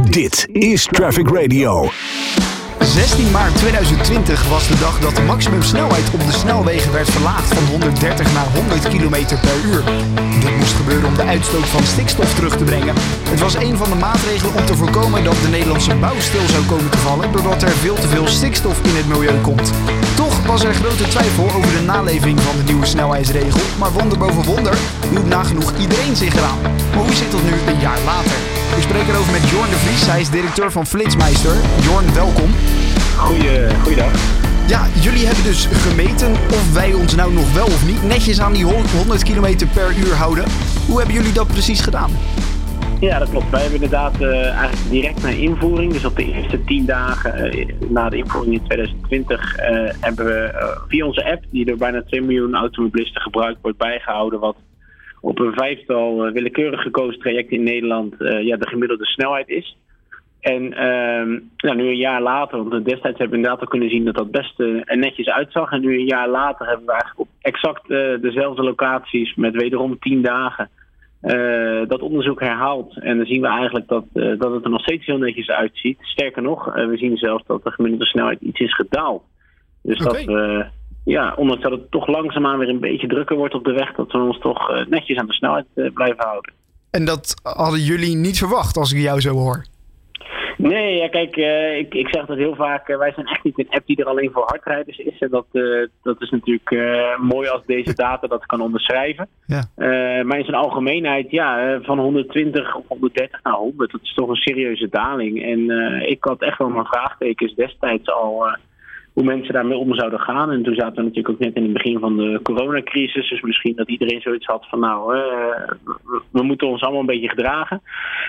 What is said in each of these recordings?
Dit is Traffic Radio. 16 maart 2020 was de dag dat de maximumsnelheid op de snelwegen werd verlaagd van 130 naar 100 km per uur. Dit moest gebeuren om de uitstoot van stikstof terug te brengen. Het was een van de maatregelen om te voorkomen dat de Nederlandse bouw stil zou komen te vallen doordat er veel te veel stikstof in het milieu komt. Toch was er grote twijfel over de naleving van de nieuwe snelheidsregel, maar wonder boven wonder hield nagenoeg iedereen zich eraan. Maar hoe zit dat nu een jaar later? Ik spreek erover met Jorn de Vries, hij is directeur van Flitsmeister. Jorn, welkom. Goeiedag. Ja, jullie hebben dus gemeten of wij ons nou nog wel of niet netjes aan die 100 km per uur houden. Hoe hebben jullie dat precies gedaan? Ja, dat klopt. Wij hebben inderdaad eigenlijk direct na invoering, dus op de eerste 10 dagen na de invoering in 2020, hebben we via onze app, die door bijna 2 miljoen automobilisten gebruikt wordt, bijgehouden wat op een 5-tal willekeurig gekozen trajecten in Nederland de gemiddelde snelheid is. En nu een jaar later, want destijds hebben we inderdaad al kunnen zien dat dat best er netjes uitzag. En nu een jaar later hebben we eigenlijk op exact dezelfde locaties met wederom 10 dagen dat onderzoek herhaald. En dan zien we eigenlijk dat het er nog steeds heel netjes uitziet. Sterker nog, we zien zelfs dat de gemiddelde snelheid iets is gedaald. Dus dat we, ondanks dat het toch langzaamaan weer een beetje drukker wordt op de weg, dat we ons toch netjes aan de snelheid blijven houden. En dat hadden jullie niet verwacht als ik jou zo hoor? Nee, ja, kijk, ik zeg dat heel vaak. Wij zijn echt niet een app die er alleen voor hardrijders is. En dat is natuurlijk mooi als deze data dat kan onderschrijven. Ja. Maar in zijn algemeenheid, van 120 of 130 naar 100, dat is toch een serieuze daling. En ik had echt wel mijn vraagtekens destijds al hoe mensen daarmee om zouden gaan. En toen zaten we natuurlijk ook net in het begin van de coronacrisis. Dus misschien dat iedereen zoiets had van we moeten ons allemaal een beetje gedragen.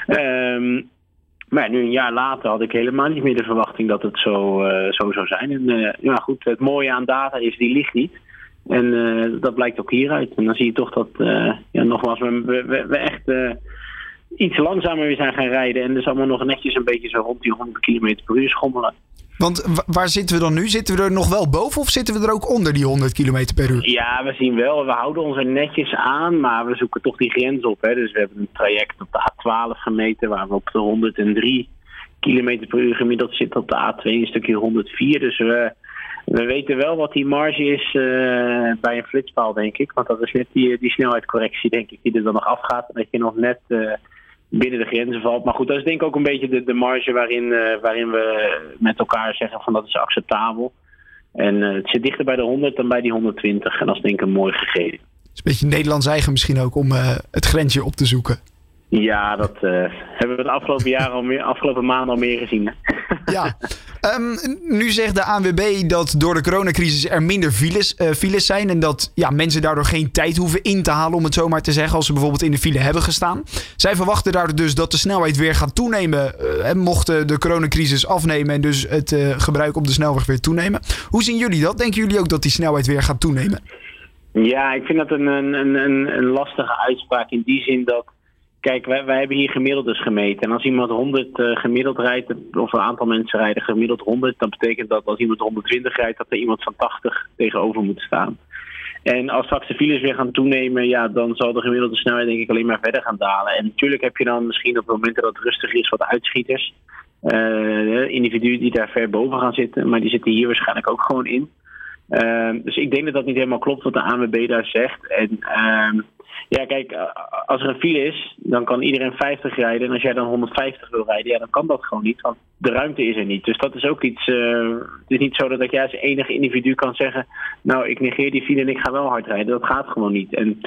Maar nu een jaar later had ik helemaal niet meer de verwachting dat het zo zou zijn. En goed, het mooie aan data is, die ligt niet. En dat blijkt ook hieruit. En dan zie je toch dat, nogmaals, we echt iets langzamer weer zijn gaan rijden. En dus allemaal nog netjes een beetje zo rond die 100 km per uur schommelen. Want waar zitten we dan nu? Zitten we er nog wel boven of zitten we er ook onder die 100 km per uur? Ja, we zien wel. We houden ons er netjes aan, maar we zoeken toch die grens op. Hè. Dus we hebben een traject op de A12 gemeten waar we op de 103 km per uur gemiddeld zitten. Op de A2 een stukje 104. Dus we weten wel wat die marge is bij een flitspaal, denk ik. Want dat is net die snelheidscorrectie, denk ik, die er dan nog afgaat. En dat je nog net binnen de grenzen valt. Maar goed, dat is denk ik ook een beetje de marge waarin we met elkaar zeggen van dat is acceptabel. En het zit dichter bij de 100 dan bij die 120. En dat is denk ik een mooi gegeven. Het is een beetje Nederlands eigen misschien ook om het grensje op te zoeken. Ja, dat hebben we het afgelopen maanden al meer gezien. Hè? Ja, nu zegt de ANWB dat door de coronacrisis er minder files zijn. En dat mensen daardoor geen tijd hoeven in te halen, om het zo maar te zeggen, als ze bijvoorbeeld in de file hebben gestaan. Zij verwachten daardoor dus dat de snelheid weer gaat toenemen. Mocht de coronacrisis afnemen en dus het gebruik op de snelweg weer toenemen. Hoe zien jullie dat? Denken jullie ook dat die snelheid weer gaat toenemen? Ja, ik vind dat een lastige uitspraak in die zin dat, kijk, wij hebben hier gemiddeldes gemeten. En als iemand 100 gemiddeld rijdt, of een aantal mensen rijden gemiddeld 100, dan betekent dat als iemand 120 rijdt, dat er iemand van 80 tegenover moet staan. En als straks de files weer gaan toenemen, dan zal de gemiddelde snelheid denk ik alleen maar verder gaan dalen. En natuurlijk heb je dan misschien op momenten dat het rustig is wat uitschieters. Individuen die daar ver boven gaan zitten, maar die zitten hier waarschijnlijk ook gewoon in. Dus ik denk dat dat niet helemaal klopt wat de ANWB daar zegt. En kijk, als er een file is, dan kan iedereen 50 rijden. En als jij dan 150 wil rijden, dan kan dat gewoon niet. Want de ruimte is er niet. Dus dat is ook iets. Het is niet zo dat jij als enige individu kan zeggen, nou, ik negeer die file en ik ga wel hard rijden. Dat gaat gewoon niet. En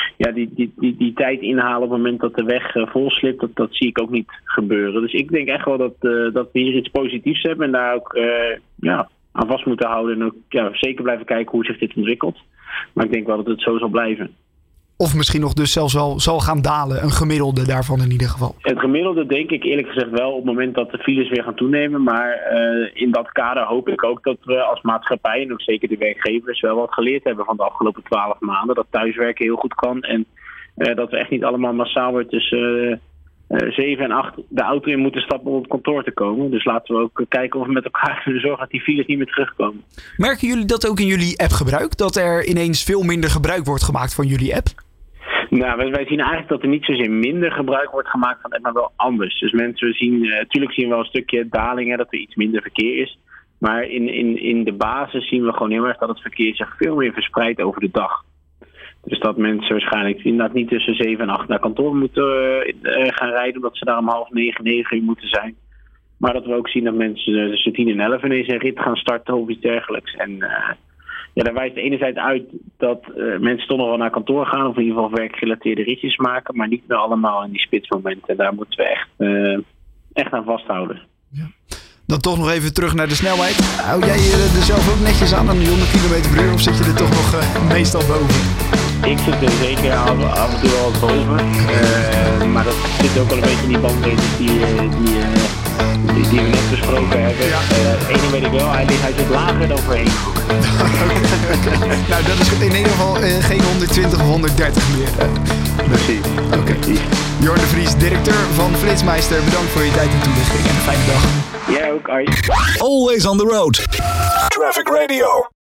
die tijd inhalen op het moment dat de weg vol slipt, dat zie ik ook niet gebeuren. Dus ik denk echt wel dat we hier iets positiefs hebben. En daar ook aan vast moeten houden. En ook zeker blijven kijken hoe zich dit ontwikkelt. Maar ik denk wel dat het zo zal blijven. Of misschien nog dus zelfs wel zal gaan dalen. Een gemiddelde daarvan in ieder geval. Het gemiddelde denk ik eerlijk gezegd wel op het moment dat de files weer gaan toenemen. Maar in dat kader hoop ik ook dat we als maatschappij en ook zeker de werkgevers wel wat geleerd hebben van de afgelopen 12 maanden. Dat thuiswerken heel goed kan. En dat we echt niet allemaal massaal weer tussen 7 en 8 de auto in moeten stappen om op het kantoor te komen. Dus laten we ook kijken of we met elkaar kunnen zorgen dat die files niet meer terugkomen. Merken jullie dat ook in jullie appgebruik? Dat er ineens veel minder gebruik wordt gemaakt van jullie app? Nou, wij zien eigenlijk dat er niet zozeer minder gebruik wordt gemaakt van het, maar wel anders. Dus mensen zien, natuurlijk zien we wel een stukje daling, hè, dat er iets minder verkeer is. Maar in de basis zien we gewoon heel erg dat het verkeer zich veel meer verspreidt over de dag. Dus dat mensen waarschijnlijk inderdaad niet tussen 7 en 8 naar kantoor moeten gaan rijden, omdat ze daar om 8:30, 9 uur moeten zijn. Maar dat we ook zien dat mensen tussen 10 en 11 ineens een rit gaan starten of iets dergelijks. En daar wijst enerzijds uit dat mensen toch nog wel naar kantoor gaan, of in ieder geval werkgerelateerde ritjes maken, maar niet meer allemaal in die spitsmomenten. En daar moeten we echt aan vasthouden. Ja. Dan toch nog even terug naar de snelheid. Hou jij er zelf ook netjes aan die 100 km/h of zit je er toch nog meestal boven? Ik zit er zeker af en toe wel boven. Maar dat zit ook wel een beetje in die bandbreedte die we net besproken hebben. Ja. Eén weet ik wel, hij zit lager dan voorheen. Okay. Nou, dat is in ieder geval geen 120 of 130 meer. Precies. Oké. Jorn de Vries, directeur van Flitsmeister. Bedankt voor je tijd en toelichting en een fijne dag. Jij ook, Art. Always on the road. Traffic Radio.